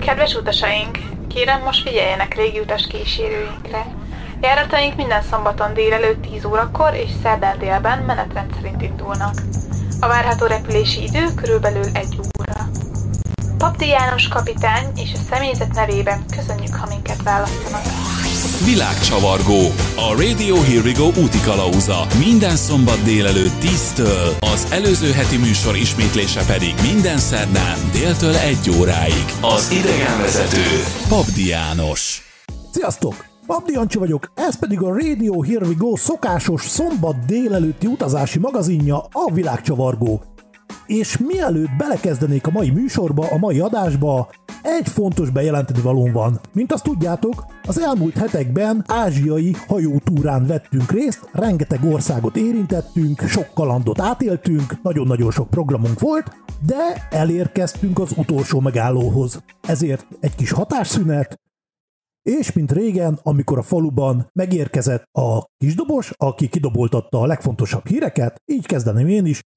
Kedves utasaink, kérem most figyeljenek légiutas kísérőinkre. Járataink minden szombaton délelőtt 10 órakor és szerdán délben menetrend szerint indulnak. A várható repülési idő körülbelül 1 óra. Papdi János kapitány és a személyzet nevében köszönjük, ha minket választanak. Világcsavargó, a Radio Here We Go útikalauza. Minden szombat délelőtt 10-től, az előző heti műsor ismétlése pedig minden szerdán déltől 1 óráig. Az idegenvezető Papdi János. Sziasztok! Papdi Jancsi vagyok, ez pedig a Radio Here We Go szokásos szombat délelőtti utazási magazinja, a Világcsavargó. És mielőtt belekezdenék a mai műsorba, a mai adásba, egy fontos bejelenteni valóm van. Mint azt tudjátok, az elmúlt hetekben ázsiai hajótúrán vettünk részt, rengeteg országot érintettünk, sok kalandot átéltünk, nagyon-nagyon sok programunk volt, de elérkeztünk az utolsó megállóhoz. Ezért egy kis hatásszünet, és mint régen, amikor a faluban megérkezett a kisdobos, aki kidoboltatta a legfontosabb híreket, így kezdeném én is.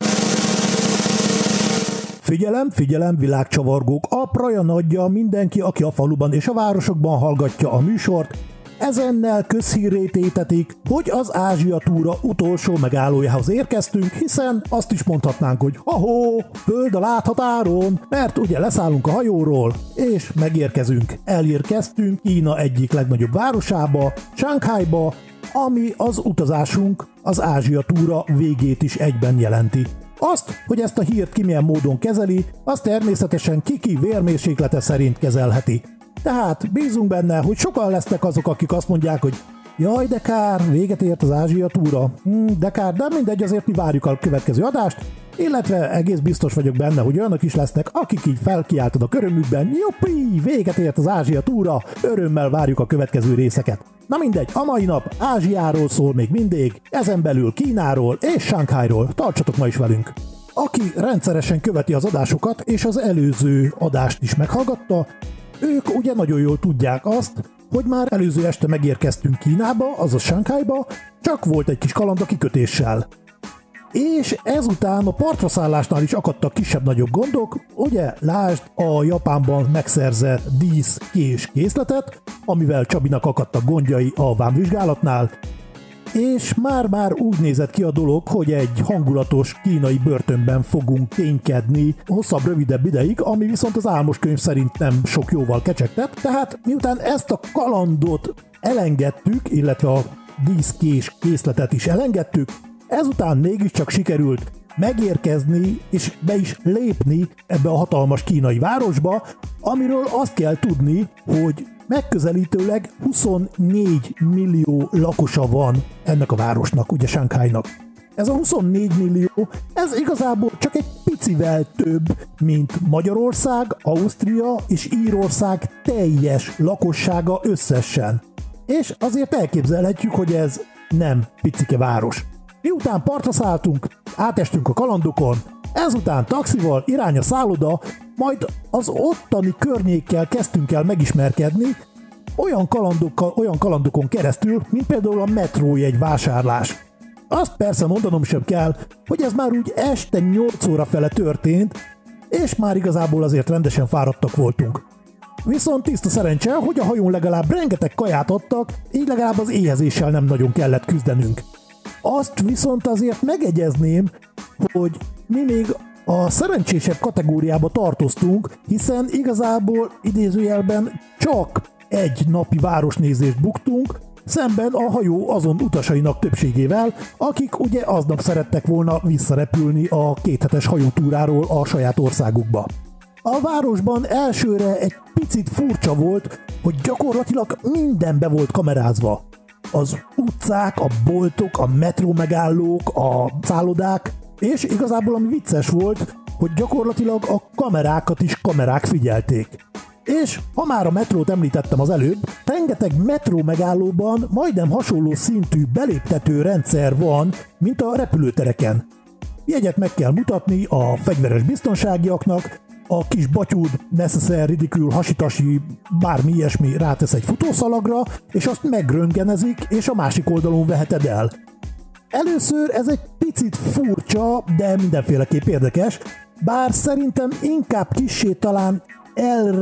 Figyelem, figyelem, világcsavargók, a praja nagyja mindenki, aki a faluban és a városokban hallgatja a műsort, ezennel közhírré tétetik, hogy az Ázsia túra utolsó megállójához érkeztünk, hiszen azt is mondhatnánk, hogy ha-hó, föld a láthatáron, mert ugye leszállunk a hajóról, és megérkezünk. Elérkeztünk Kína egyik legnagyobb városába, Shanghaiba, ami az utazásunk, az Ázsia túra végét is egyben jelenti. Azt, hogy ezt a hírt ki milyen módon kezeli, azt természetesen ki vérmérséklete szerint kezelheti. Tehát bízunk benne, hogy sokan lesznek azok, akik azt mondják, hogy jaj, de kár, véget ért az Ázsia túra. De kár, de mindegy, azért mi várjuk a következő adást, illetve egész biztos vagyok benne, hogy olyanok is lesznek, akik így felkiáltad a körömükben, juppi, véget ért az Ázsia túra, örömmel várjuk a következő részeket. Na mindegy, a mai nap Ázsiáról szól még mindig, ezen belül Kínáról és Shanghairól, tartsatok ma is velünk! Aki rendszeresen követi az adásokat és az előző adást is meghallgatta, ők ugye nagyon jól tudják azt, hogy már előző este megérkeztünk Kínába, azaz Shanghaiba, csak volt egy kis kaland a kikötéssel. És ezután a partraszállásnál is akadtak kisebb-nagyobb gondok, ugye lásd a Japánban megszerzett díszkés készletet, amivel Csabinak akadtak gondjai a vámvizsgálatnál, és már úgy nézett ki a dolog, hogy egy hangulatos kínai börtönben fogunk ténykedni hosszabb-rövidebb ideig, ami viszont az álmos könyv szerint nem sok jóval kecsegtet, tehát miután ezt a kalandot elengedtük, illetve a díszkés készletet is elengedtük, ezután mégiscsak sikerült megérkezni és be is lépni ebbe a hatalmas kínai városba, amiről azt kell tudni, hogy megközelítőleg 24 millió lakosa van ennek a városnak, ugye Shanghainak. Ez a 24 millió, ez igazából csak egy picivel több, mint Magyarország, Ausztria és Írország teljes lakossága összesen. És azért elképzelhetjük, hogy ez nem picike város. Miután partra szálltunk, átestünk a kalandokon, ezután taxival irány a szálloda, majd az ottani környékkel kezdtünk el megismerkedni, olyan kalandokon keresztül, mint például a metrójegy vásárlás. Azt persze mondanom sem kell, hogy ez már úgy este 8 óra fele történt, és már igazából azért rendesen fáradtak voltunk. Viszont tiszta szerencse, hogy a hajón legalább rengeteg kaját adtak, így legalább az éhezéssel nem nagyon kellett küzdenünk. Azt viszont azért megegyezném, hogy mi még a szerencsésebb kategóriába tartoztunk, hiszen igazából idézőjelben csak egy napi városnézést buktunk, szemben a hajó azon utasainak többségével, akik ugye aznap szerettek volna visszarepülni a 2 hetes hajótúráról a saját országukba. A városban elsőre egy picit furcsa volt, hogy gyakorlatilag minden be volt kamerázva. Az utcák, a boltok, a metró megállók, a szállodák, és igazából ami vicces volt, hogy gyakorlatilag a kamerákat is kamerák figyelték. És ha már a metrót említettem az előbb, rengeteg metró megállóban majdnem hasonló szintű beléptető rendszer van, mint a repülőtereken. Jegyet meg kell mutatni a fegyveres biztonságiaknak, a kis batyúd, necessary, ridicule, hasitasi, bármi ilyesmi rátesz egy futószalagra, és azt megröntgenezik, és a másik oldalon veheted el. Először ez egy picit furcsa, de mindenféleképp érdekes, bár szerintem inkább kissé talán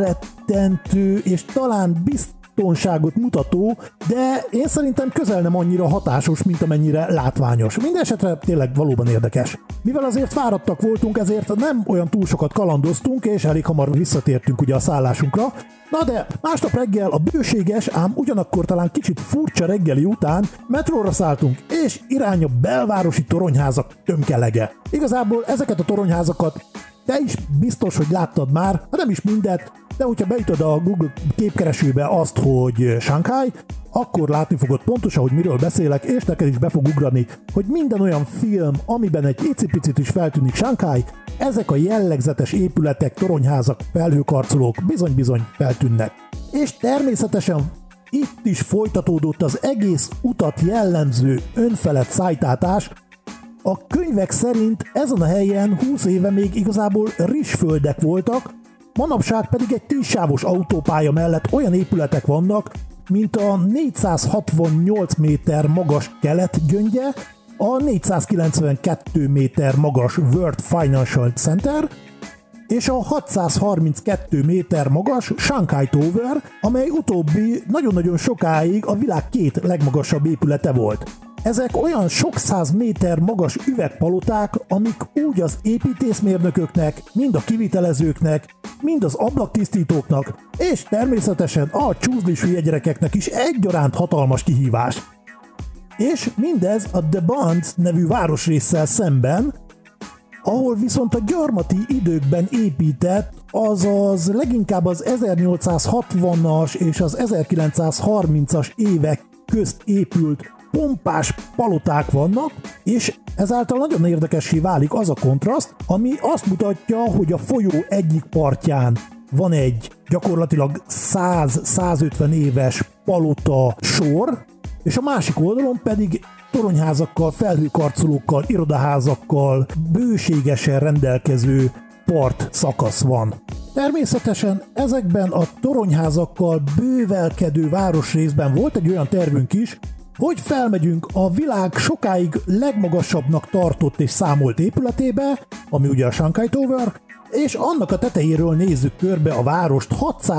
rettentő és talán biztonságot mutató, de én szerintem közel nem annyira hatásos, mint amennyire látványos. Mindenesetre tényleg valóban érdekes. Mivel azért fáradtak voltunk, ezért nem olyan túl sokat kalandoztunk, és elég hamar visszatértünk ugye a szállásunkra. Na de másnap reggel a bőséges, ám ugyanakkor talán kicsit furcsa reggeli után metróra szálltunk, és irány a belvárosi toronyházak tömkelege. Igazából ezeket a toronyházakat te is biztos, hogy láttad már, ha nem is mindet, de hogyha beütöd a Google képkeresőbe azt, hogy Shanghai, akkor látni fogod pontosan, hogy miről beszélek, és neked is be fog ugrani, hogy minden olyan film, amiben egy icipicit is feltűnik Shanghai, ezek a jellegzetes épületek, toronyházak, felhőkarcolók bizony-bizony feltűnnek. És természetesen itt is folytatódott az egész utat jellemző önfelett szájtátás. A könyvek szerint ezen a helyen 20 éve még igazából rizsföldek voltak, manapság pedig egy 10 sávos autópálya mellett olyan épületek vannak, mint a 468 méter magas Kelet-gyöngye, a 492 méter magas World Financial Center, és a 632 méter magas Shanghai Tower, amely utóbbi nagyon-nagyon sokáig a világ 2 legmagasabb épülete volt. Ezek olyan sok száz méter magas üvegpaloták, amik úgy az építészmérnököknek, mind a kivitelezőknek, mind az ablaktisztítóknak, és természetesen a csúzlis hülye gyerekeknek is egyaránt hatalmas kihívás. És mindez a The Bonds nevű városrésszel szemben, ahol viszont a gyarmati időkben épített, azaz leginkább az 1860-as és az 1930-as évek közt épült pompás paloták vannak, és ezáltal nagyon érdekessé válik az a kontraszt, ami azt mutatja, hogy a folyó egyik partján van egy gyakorlatilag 100-150 éves palota sor, és a másik oldalon pedig toronyházakkal, felhőkarcolókkal, irodaházakkal bőségesen rendelkező part szakasz van. Természetesen ezekben a toronyházakkal bővelkedő városrészben volt egy olyan tervünk is, hogy felmegyünk a világ sokáig legmagasabbnak tartott és számolt épületébe, ami ugye a Shanghai Tower, és annak a tetejéről nézzük körbe a várost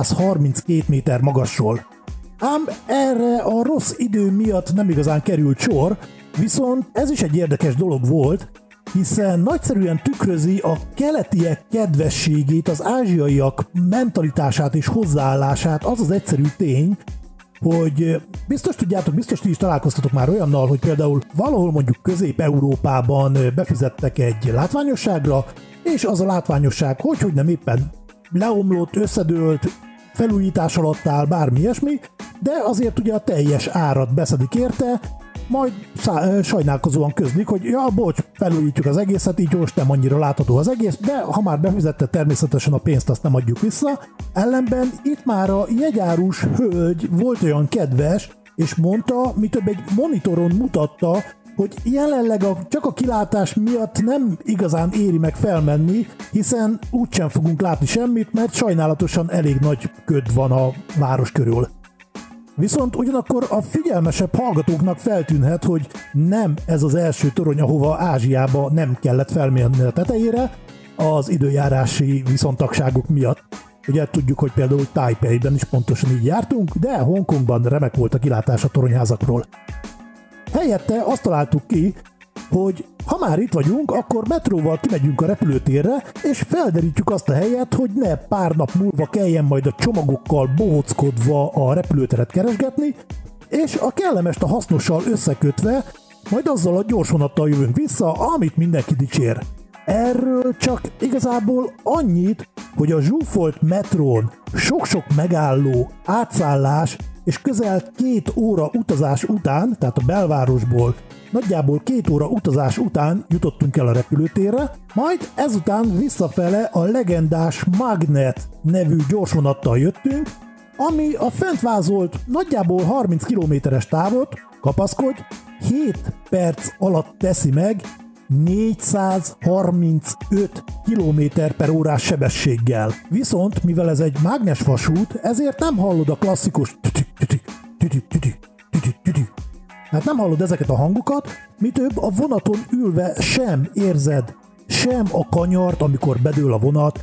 632 méter magasról. Ám erre a rossz idő miatt nem igazán került sor, viszont ez is egy érdekes dolog volt, hiszen nagyszerűen tükrözi a keletiek kedvességét, az ázsiaiak mentalitását és hozzáállását az az egyszerű tény, hogy biztos tudjátok, biztos ti is találkoztatok már olyannal, hogy például valahol mondjuk Közép-Európában befizettek egy látványosságra, és az a látványosság hogy nem éppen leomlott, összedőlt, felújítás alatt áll, bármi ilyesmi, de azért ugye a teljes árat beszedik érte, majd sajnálkozóan közlik, hogy ja, bocs, felújítjuk az egészet, így most nem annyira látható az egész, de ha már befizette természetesen a pénzt, azt nem adjuk vissza. Ellenben itt már a jegyárus hölgy volt olyan kedves, és mondta, mi több egy monitoron mutatta, hogy jelenleg csak a kilátás miatt nem igazán éri meg felmenni, hiszen úgysem fogunk látni semmit, mert sajnálatosan elég nagy köd van a város körül. Viszont ugyanakkor a figyelmesebb hallgatóknak feltűnhet, hogy nem ez az első torony, ahova Ázsiába nem kellett felmérni a tetejére az időjárási viszontagságok miatt. Ugye tudjuk, hogy például Taipeiben is pontosan így jártunk, de Hongkongban remek volt a kilátás a toronyházakról. Helyette azt találtuk ki, hogy ha már itt vagyunk, akkor metróval kimegyünk a repülőtérre, és felderítjük azt a helyet, hogy ne pár nap múlva kelljen majd a csomagokkal bohóckodva a repülőteret keresgetni, és a kellemest a hasznossal összekötve, majd azzal a gyorsvonattal jövünk vissza, amit mindenki dicsér. Erről csak igazából annyit, hogy a zsúfolt metrón sok-sok megálló, átszállás és közel 2 óra utazás után, tehát a belvárosból nagyjából 2 óra utazás után jutottunk el a repülőtérre, majd ezután visszafele a legendás Magnet nevű gyorsvonattal jöttünk, ami a fent vázolt nagyjából 30 kilométeres távot, kapaszkodj, 7 perc alatt teszi meg 435 km/h sebességgel. Viszont, mivel ez egy mágnesvasút, ezért nem hallod a klasszikus hát nem hallod ezeket a hangokat, mi több a vonaton ülve sem érzed sem a kanyart, amikor bedől a vonat,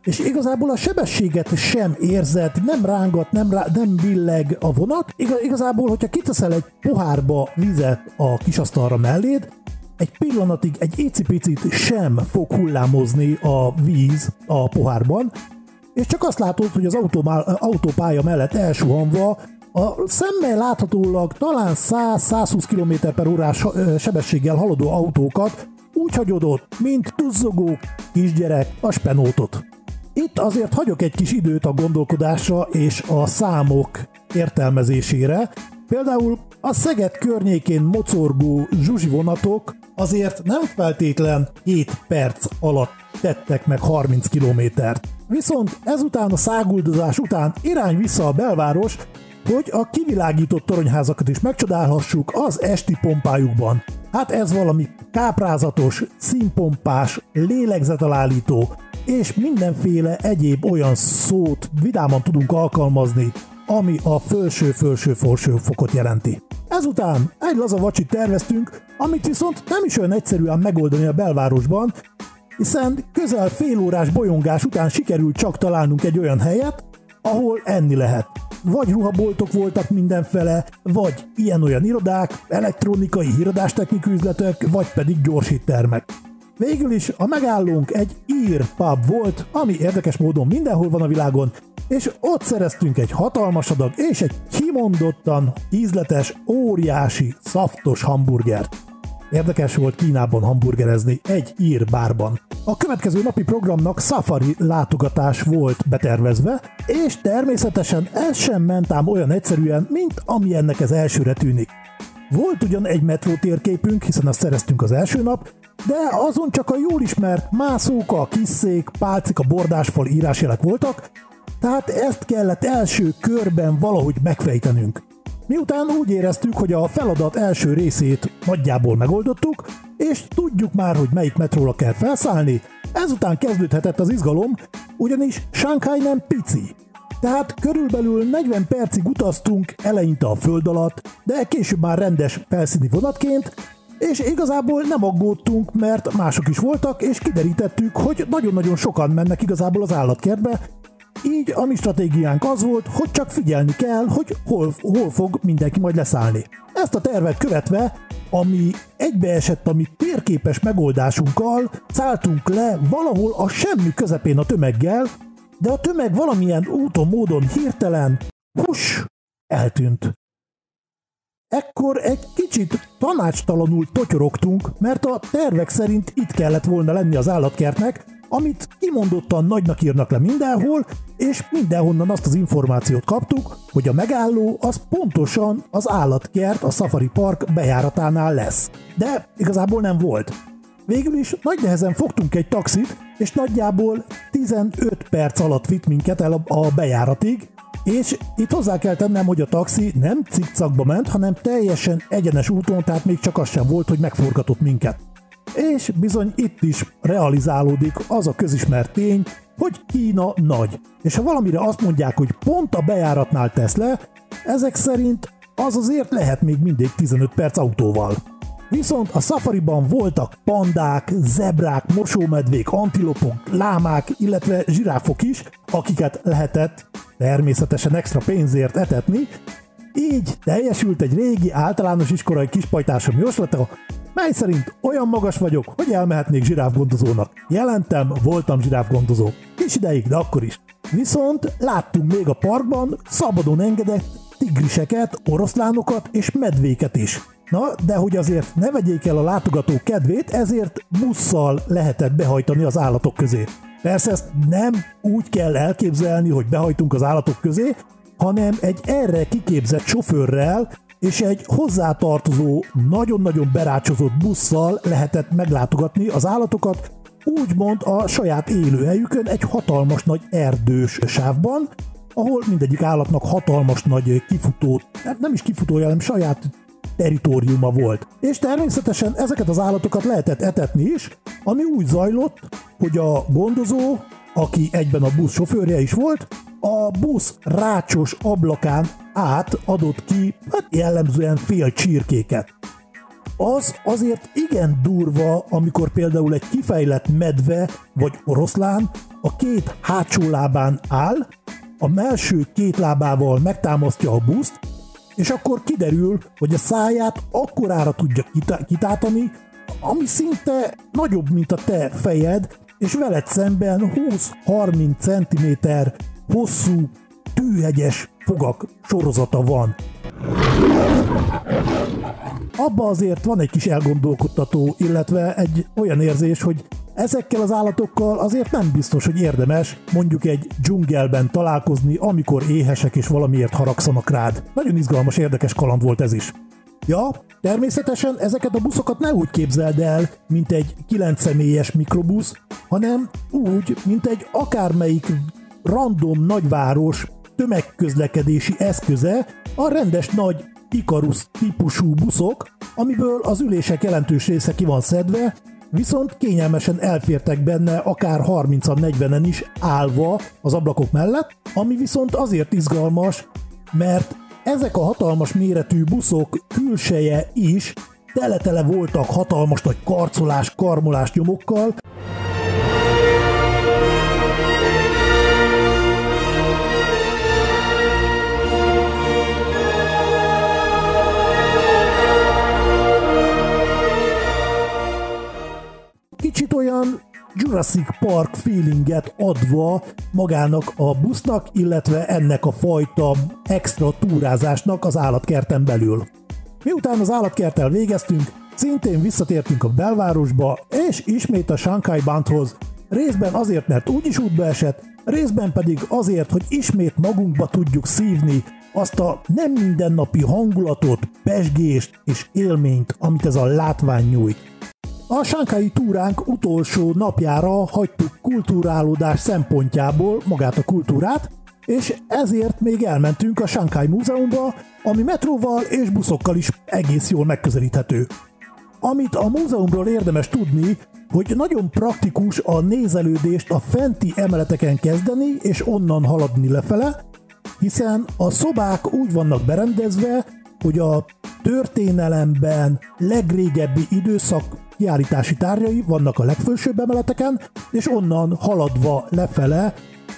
és igazából a sebességet sem érzed, nem rángat, nem billeg a vonat. Igazából, hogyha kiteszel egy pohárba vizet a kisasztalra melléd, egy pillanatig egy icipicit sem fog hullámozni a víz a pohárban, és csak azt látod, hogy az autópálya mellett elsuhanva a szemmel láthatólag talán 100-120 km/h sebességgel haladó autókat úgy hagyod ott, mint tuzzogó kisgyerek a spenótot. Itt azért hagyok egy kis időt a gondolkodásra és a számok értelmezésére. Például a Szeged környékén mocorgó zsuzsi vonatok azért nem feltétlen 7 perc alatt tettek meg 30 kilométert. Viszont ezután a száguldozás után irány vissza a belváros, hogy a kivilágított toronyházakat is megcsodálhassuk az esti pompájukban. Hát ez valami káprázatos, színpompás, lélegzetelállító, és mindenféle egyéb olyan szót vidáman tudunk alkalmazni, ami a felső fokot jelenti. Ezután egy laza vacsit terveztünk, amit viszont nem is olyan egyszerűen megoldani a belvárosban, hiszen közel fél órás bolyongás után sikerült csak találnunk egy olyan helyet, ahol enni lehet. Vagy ruhaboltok voltak mindenfele, vagy ilyen-olyan irodák, elektronikai híradástechnikai üzletek, vagy pedig gyorséttermek. Végül is a megállónk egy ír pub volt, ami érdekes módon mindenhol van a világon, és ott szereztünk egy hatalmas adag és egy kimondottan ízletes, óriási, szaftos hamburgert. Érdekes volt Kínában hamburgerezni egy ír bárban. A következő napi programnak safari látogatás volt betervezve, és természetesen ez sem ment ám olyan egyszerűen, mint ami ennek ez elsőre tűnik. Volt ugyan egy metró térképünk, hiszen azt szereztünk az első nap, de azon csak a jól ismert mászóka, kisszék, pálcika, bordásfal írásjelek voltak, tehát ezt kellett első körben valahogy megfejtenünk. Miután úgy éreztük, hogy a feladat első részét nagyjából megoldottuk, és tudjuk már, hogy melyik metróra kell felszállni, ezután kezdődhetett az izgalom, ugyanis Shanghai nem pici. Tehát körülbelül 40 percig utaztunk eleinte a föld alatt, de később már rendes felszíni vonatként, és igazából nem aggódtunk, mert mások is voltak, és kiderítettük, hogy nagyon-nagyon sokan mennek igazából az állatkertbe, így a mi stratégiánk az volt, hogy csak figyelni kell, hogy hol fog mindenki majd leszállni. Ezt a tervet követve, ami egybeesett a mi térképes megoldásunkkal, szálltunk le valahol a semmi közepén a tömeggel, de a tömeg valamilyen úton, módon hirtelen, eltűnt. Ekkor egy kicsit tanácstalanul totyorogtunk, mert a tervek szerint itt kellett volna lenni az állatkertnek, amit kimondottan nagynak írnak le mindenhol, és mindenhonnan azt az információt kaptuk, hogy a megálló az pontosan az állatkert, a Safari Park bejáratánál lesz. De igazából nem volt. Végül is nagy nehezen fogtunk egy taxit, és nagyjából 15 perc alatt vitt minket el a bejáratig, és itt hozzá kell tennem, hogy a taxi nem cikcakba ment, hanem teljesen egyenes úton, tehát még csak az sem volt, hogy megforgatott minket. És bizony itt is realizálódik az a közismert tény, hogy Kína nagy. És ha valamire azt mondják, hogy pont a bejáratnál tesz le, ezek szerint az azért lehet még mindig 15 perc autóval. Viszont a Safariban voltak pandák, zebrák, mosómedvék, antilopok, lámák, illetve zsiráfok is, akiket lehetett természetesen extra pénzért etetni, így teljesült egy régi általános iskolai kispajtásom jóslata, mely szerint olyan magas vagyok, hogy elmehetnék zsiráfgondozónak. Jelentem, voltam zsiráfgondozó. Kis ideig, de akkor is. Viszont láttunk még a parkban szabadon engedett tigriseket, oroszlánokat és medvéket is. Na, de hogy azért ne vegyék el a látogatók kedvét, ezért busszal lehetett behajtani az állatok közé. Persze ezt nem úgy kell elképzelni, hogy behajtunk az állatok közé, hanem egy erre kiképzett sofőrrel és egy hozzátartozó, nagyon-nagyon berácsozott busszal lehetett meglátogatni az állatokat, úgymond a saját élőhelyükön egy hatalmas nagy erdős sávban, ahol mindegyik állatnak hatalmas nagy kifutó, nem is kifutója, hanem saját teritoriuma volt. És természetesen ezeket az állatokat lehetett etetni is, ami úgy zajlott, hogy a gondozó, aki egyben a busz sofőrje is volt, a busz rácsos ablakán át adott ki jellemzően fél csirkéket. az azért igen durva, amikor például egy kifejlett medve vagy oroszlán a két hátsó lábán áll, a mellső két lábával megtámasztja a buszt, és akkor kiderül, hogy a száját akkorára tudja kitátani, ami szinte nagyobb, mint a te fejed, és veled szemben 20-30 cm hosszú, tűhegyes fogak sorozata van. Abba azért van egy kis elgondolkodtató, illetve egy olyan érzés, hogy ezekkel az állatokkal azért nem biztos, hogy érdemes mondjuk egy dzsungelben találkozni, amikor éhesek és valamiért haragszanak rád. Nagyon izgalmas, érdekes kaland volt ez is. Ja, természetesen ezeket a buszokat ne úgy képzeld el, mint egy 9 személyes mikrobusz, hanem úgy, mint egy akármelyik random nagyváros tömegközlekedési eszköze, a rendes nagy Ikarus típusú buszok, amiből az ülések jelentős része ki van szedve, viszont kényelmesen elfértek benne akár 30-40-en is állva az ablakok mellett, ami viszont azért izgalmas, mert ezek a hatalmas méretű buszok külseje is tele-tele voltak hatalmas nagy karcolás, karmolás nyomokkal, kicsit olyan Jurassic Park feelinget adva magának a busznak, illetve ennek a fajta extra túrázásnak az állatkerten belül. Miután az állatkerttel végeztünk, szintén visszatértünk a belvárosba, és ismét a Shanghai Bandhoz, részben azért, mert úgyis útba esett, részben pedig azért, hogy ismét magunkba tudjuk szívni azt a nem mindennapi hangulatot, pezsgést és élményt, amit ez a látvány nyújt. A shanghai túránk utolsó napjára hagytuk kulturálódás szempontjából magát a kultúrát, és ezért még elmentünk a Shanghai Múzeumba, ami metróval és buszokkal is egész jól megközelíthető. Amit a múzeumról érdemes tudni, hogy nagyon praktikus a nézelődést a fenti emeleteken kezdeni és onnan haladni lefele, hiszen a szobák úgy vannak berendezve, hogy a történelemben legrégebbi időszak kiállítási tárgyai vannak a legfelsőbb emeleteken, és onnan haladva lefele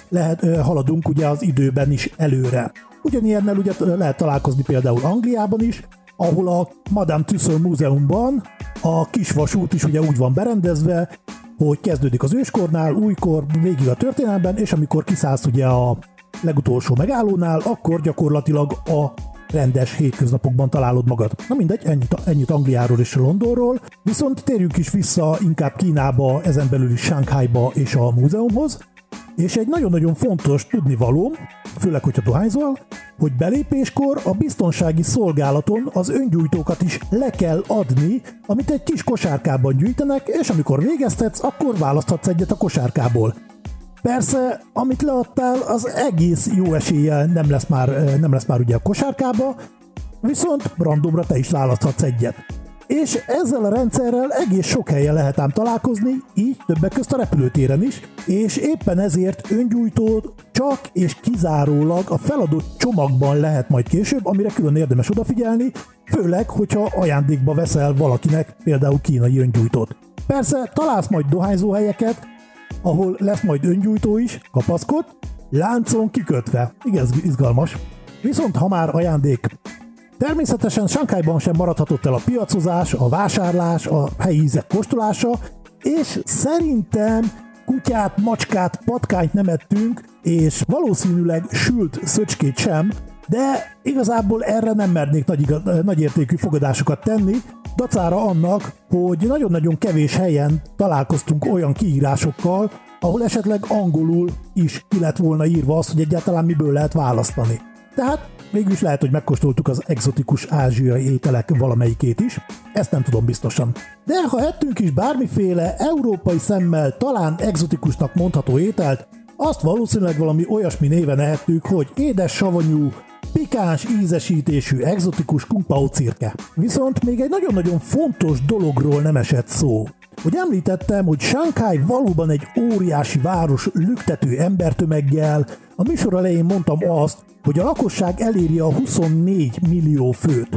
haladunk ugye az időben is előre. Ugyanilyennel ugye lehet találkozni például Angliában is, ahol a Madame Tussauds Múzeumban a kisvasút is ugye úgy van berendezve, hogy kezdődik az őskornál, újkor, végig a történelemben, és amikor kiszállsz ugye a legutolsó megállónál, akkor gyakorlatilag a rendes hétköznapokban találod magad. Na mindegy, ennyit Angliáról és Londonról, viszont térjünk is vissza inkább Kínába, ezen belül is Shanghaiba és a múzeumhoz, és egy nagyon-nagyon fontos tudnivalóm, főleg, hogyha dohányzol, hogy belépéskor a biztonsági szolgálaton az öngyújtókat is le kell adni, amit egy kis kosárkában gyűjtenek, és amikor végeztetsz, akkor választhatsz egyet a kosárkából. Persze, amit leadtál, az egész jó eséllyel nem lesz már ugye a kosárkába, viszont randomra te is választhatsz egyet. És ezzel a rendszerrel egész sok helyen lehet ám találkozni, így többek közt a repülőtéren is, és éppen ezért öngyújtót csak és kizárólag a feladott csomagban lehet majd később, amire külön érdemes odafigyelni, főleg, hogyha ajándékba veszel valakinek például kínai öngyújtót. Persze találsz majd dohányzóhelyeket, ahol lesz majd öngyújtó is, kapaszkod, láncon kikötve. Igen, izgalmas. Viszont ha már ajándék. Természetesen Shanghaiban sem maradhatott el a piacozás, a vásárlás, a helyi ízek kóstolása, és szerintem kutyát, macskát, patkányt nem ettünk, és valószínűleg sült szöcskét sem, de igazából erre nem mernék nagyértékű fogadásokat tenni, dacára annak, hogy nagyon-nagyon kevés helyen találkoztunk olyan kiírásokkal, ahol esetleg angolul is ki lett volna írva az, hogy egyáltalán miből lehet választani. Tehát végül is lehet, hogy megkóstoltuk az egzotikus ázsiai ételek valamelyikét is, ezt nem tudom biztosan. De ha ettünk is bármiféle európai szemmel talán egzotikusnak mondható ételt, azt valószínűleg valami olyasmi néven ehettük, hogy édes, savanyú, pikáns ízesítésű, egzotikus kung pao cirke. Viszont még egy nagyon-nagyon fontos dologról nem esett szó. Hogy említettem, hogy Shanghai valóban egy óriási város lüktető embertömeggel, a műsor elején mondtam azt, hogy a lakosság eléri a 24 millió főt.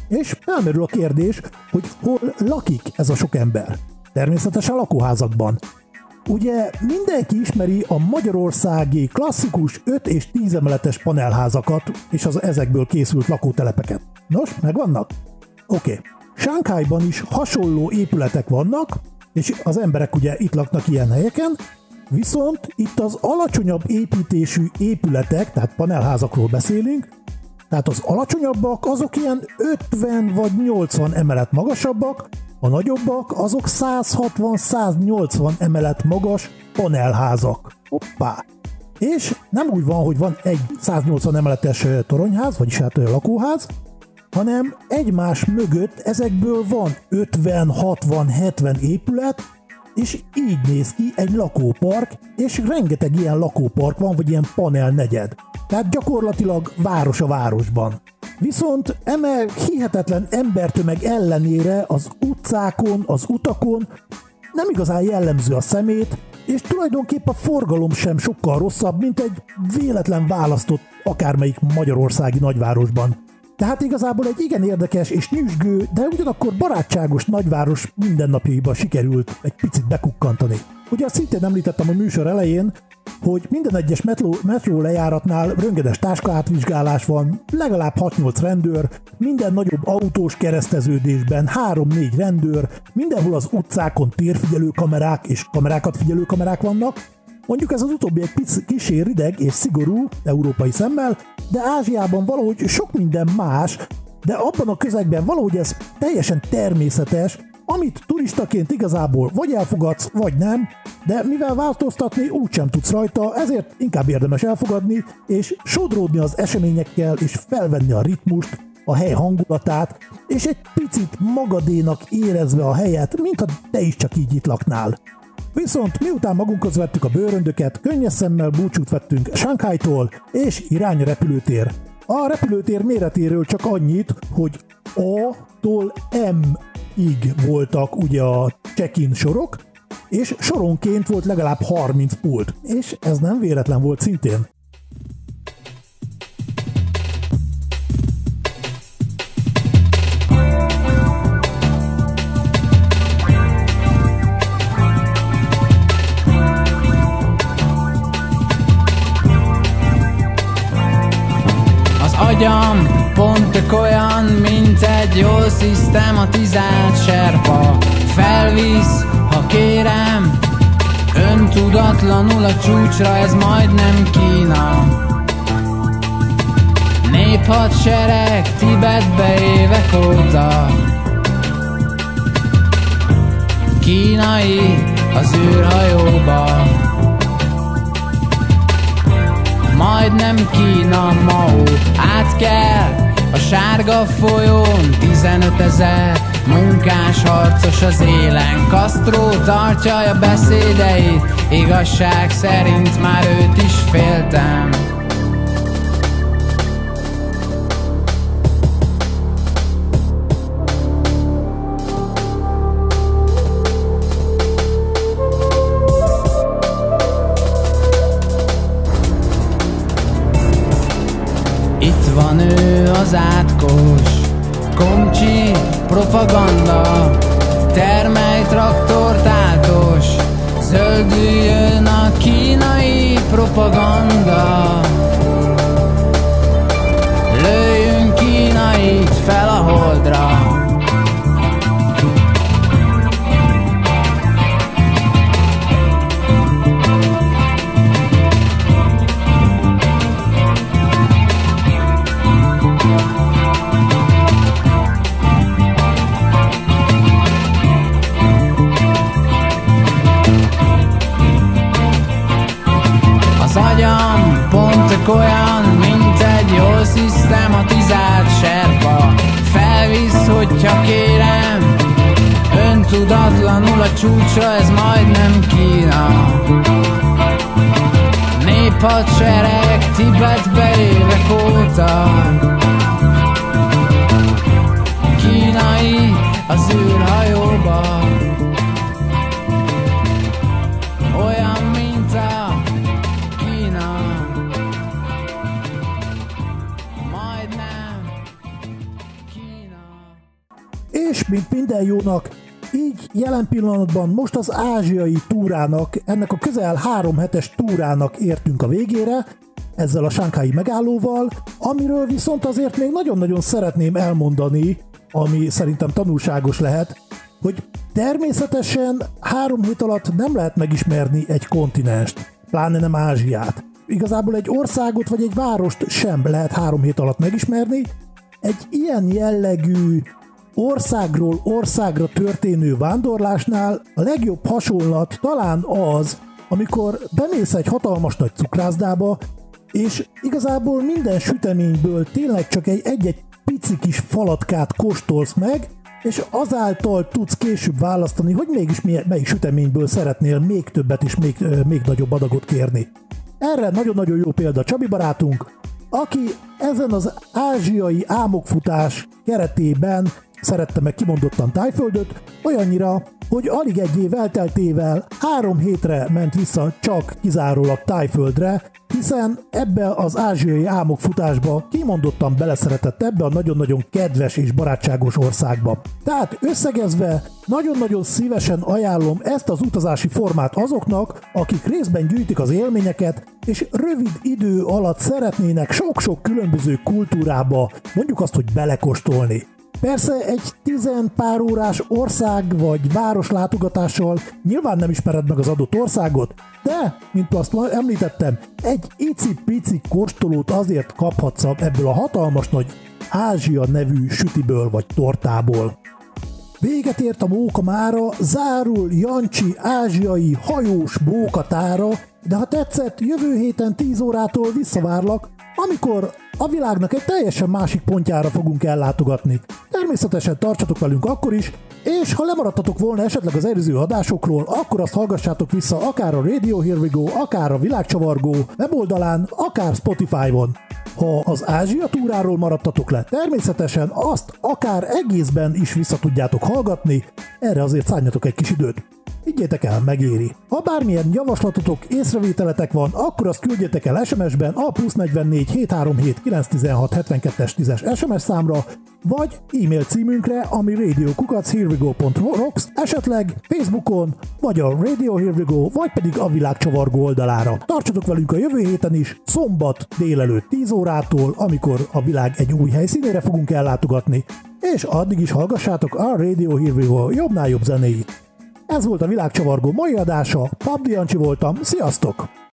És felmerül a kérdés, hogy hol lakik ez a sok ember. Természetesen lakóházakban. Ugye mindenki ismeri a magyarországi klasszikus 5 és 10 emeletes panelházakat és az ezekből készült lakótelepeket. Nos, megvannak? Oké. Shanghaiban is hasonló épületek vannak, és az emberek ugye itt laknak ilyen helyeken, viszont itt az alacsonyabb építésű épületek, tehát panelházakról beszélünk, tehát az alacsonyabbak azok ilyen 50 vagy 80 emelet magasabbak, a nagyobbak azok 160-180 emelet magas panelházak. Hoppá! És nem úgy van, hogy van egy 180 emeletes toronyház, vagyis hát lakóház, hanem egymás mögött ezekből van 50, 60, 70 épület, és így néz ki egy lakópark, és rengeteg ilyen lakópark van, vagy ilyen panel negyed. Tehát gyakorlatilag város a városban. Viszont eme hihetetlen embertömeg ellenére az utcákon, az utakon nem igazán jellemző a szemét, és tulajdonképpen a forgalom sem sokkal rosszabb, mint egy véletlen választott akármelyik magyarországi nagyvárosban. Tehát igazából egy igen érdekes és nyüzsgő, de ugyanakkor barátságos nagyváros mindennapjaiba sikerült egy picit bekukkantani. Ugye azt szintén említettem a műsor elején, hogy minden egyes metró lejáratnál röntgenes táskaátvizsgálás van, legalább 6-8 rendőr, minden nagyobb autós kereszteződésben 3-4 rendőr, mindenhol az utcákon térfigyelő kamerák és kamerákat figyelő kamerák vannak. Mondjuk ez az utóbbi egy kissé rideg és szigorú európai szemmel, de Ázsiában valahogy sok minden más, de abban a közegben valahogy ez teljesen természetes, amit turistaként igazából vagy elfogadsz, vagy nem, de mivel változtatni úgysem tudsz rajta, ezért inkább érdemes elfogadni, és sodródni az eseményekkel, és felvenni a ritmust, a hely hangulatát, és egy picit magadénak érezve a helyet, mintha te is csak így itt laknál. Viszont miután magunkhoz vettük a bőröndöket, könnyes szemmel búcsút vettünk Shanghai-tól, és irány a repülőtér. A repülőtér méretéről csak annyit, hogy A-tól M-ig voltak ugye a check-in sorok, és soronként volt legalább 30 pult, és ez nem véletlen volt szintén. Agyam pont olyan, mint egy jól szisztematizált serpa. Felvisz, ha kérem, öntudatlanul a csúcsra, ez majdnem Kína. Néphadsereg Tibetbe évek óta. Kínai az űrhajóba. Majdnem Kína, Mao. Át kell a sárga folyón 15 000 munkás harcos az élen. Castro tartja a beszédeit, igazság szerint már őt is féltem. Van ő az átkos, komcsi, propaganda, termelj traktortátos, zöldüljön a kínai propaganda. Lőjünk kínait fel a holdra. Agyam pont olyan, mint egy jól szisztematizált serpa. Felvisz, hogyha kérem, öntudatlanul a csúcsra, ez majdnem Kína. Néphadsereg Tibetbe évek óta. Kínai az űrhajóba. Olyan, mint a majdnem Kína. És mint minden jónak, így jelen pillanatban most az ázsiai túrának, ennek a közel 3 hetes túrának értünk a végére, ezzel a shanghai megállóval, amiről viszont azért még nagyon-nagyon szeretném elmondani, ami szerintem tanulságos lehet, hogy természetesen 3 hét alatt nem lehet megismerni egy kontinenst, pláne nem Ázsiát. Igazából egy országot vagy egy várost sem lehet 3 hét alatt megismerni. Egy ilyen jellegű országról országra történő vándorlásnál a legjobb hasonlat talán az, amikor bemész egy hatalmas nagy cukrászdába, és igazából minden süteményből tényleg csak egy-egy pici kis falatkát kóstolsz meg, és azáltal tudsz később választani, hogy mégis melyik süteményből szeretnél még többet és még nagyobb adagot kérni. Erre nagyon-nagyon jó példa Csabi barátunk, aki ezen az ázsiai álmokfutás keretében szerette meg kimondottan Tájföldöt, olyannyira, hogy alig egy év elteltével 3 hétre ment vissza csak kizárólag Tájföldre, hiszen ebbe az ázsiai álmokfutásba kimondottan beleszeretett ebbe a nagyon-nagyon kedves és barátságos országba. Tehát összegezve, nagyon-nagyon szívesen ajánlom ezt az utazási formát azoknak, akik részben gyűjtik az élményeket, és rövid idő alatt szeretnének sok-sok különböző kultúrába, mondjuk azt, hogy belekóstolni. Persze egy 10 pár órás ország vagy város látogatással nyilván nem ismered meg az adott országot, de, mint azt említettem, egy icipici kóstolót azért kaphatsz ebből a hatalmas nagy Ázsia nevű sütiből vagy tortából. Véget ért a móka mára, zárul Jancsi ázsiai hajós mókatára, de ha tetszett, jövő héten 10 órától visszavárlak, amikor a világnak egy teljesen másik pontjára fogunk ellátogatni. Természetesen tartsatok velünk akkor is, és ha lemaradtatok volna esetleg az előző adásokról, akkor azt hallgassátok vissza akár a Radio Here We Go, akár a Világcsavargó weboldalán, akár Spotify-on. Ha az Ázsia túráról maradtatok le, természetesen azt akár egészben is vissza tudjátok hallgatni, erre azért szálljatok egy kis időt. Higgyétek el, megéri. Ha bármilyen javaslatotok, észrevételetek van, akkor azt küldjétek el SMS-ben a +44 737 916 72-es 10-es SMS számra, vagy e-mail címünkre, ami radio@herewego.rocks, esetleg Facebookon, vagy a Radio Here We Go, vagy pedig a Világcsavargó oldalára. Tartsatok velünk a jövő héten is, szombat délelőtt 10 órától, amikor a világ egy új helyszínére fogunk ellátogatni, és addig is hallgassátok a Radio Here We Go jobbnál jobb zenéit. Ez volt a Világcsavargó mai adása, Pabdi Jancsi voltam, sziasztok!